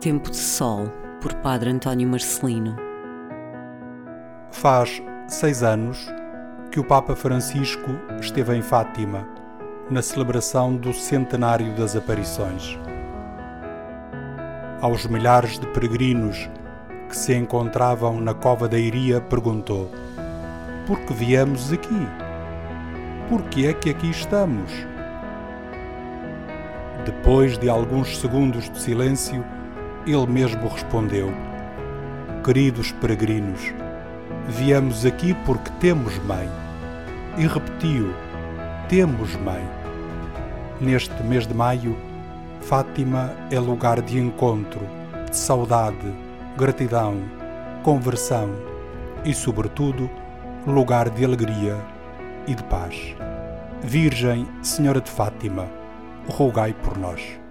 Tempo de Sol, por Padre António Marcelino. Faz 6 anos que o Papa Francisco esteve em Fátima, na celebração do centenário das aparições. Aos milhares de peregrinos que se encontravam na Cova da Iria, perguntou: por que viemos aqui? Por que é que aqui estamos? Depois de alguns segundos de silêncio, ele mesmo respondeu: queridos peregrinos, viemos aqui porque temos mãe. E repetiu: temos mãe. Neste mês de maio, Fátima é lugar de encontro, de saudade, gratidão, conversão e, sobretudo, lugar de alegria e de paz. Virgem Senhora de Fátima, rogai por nós.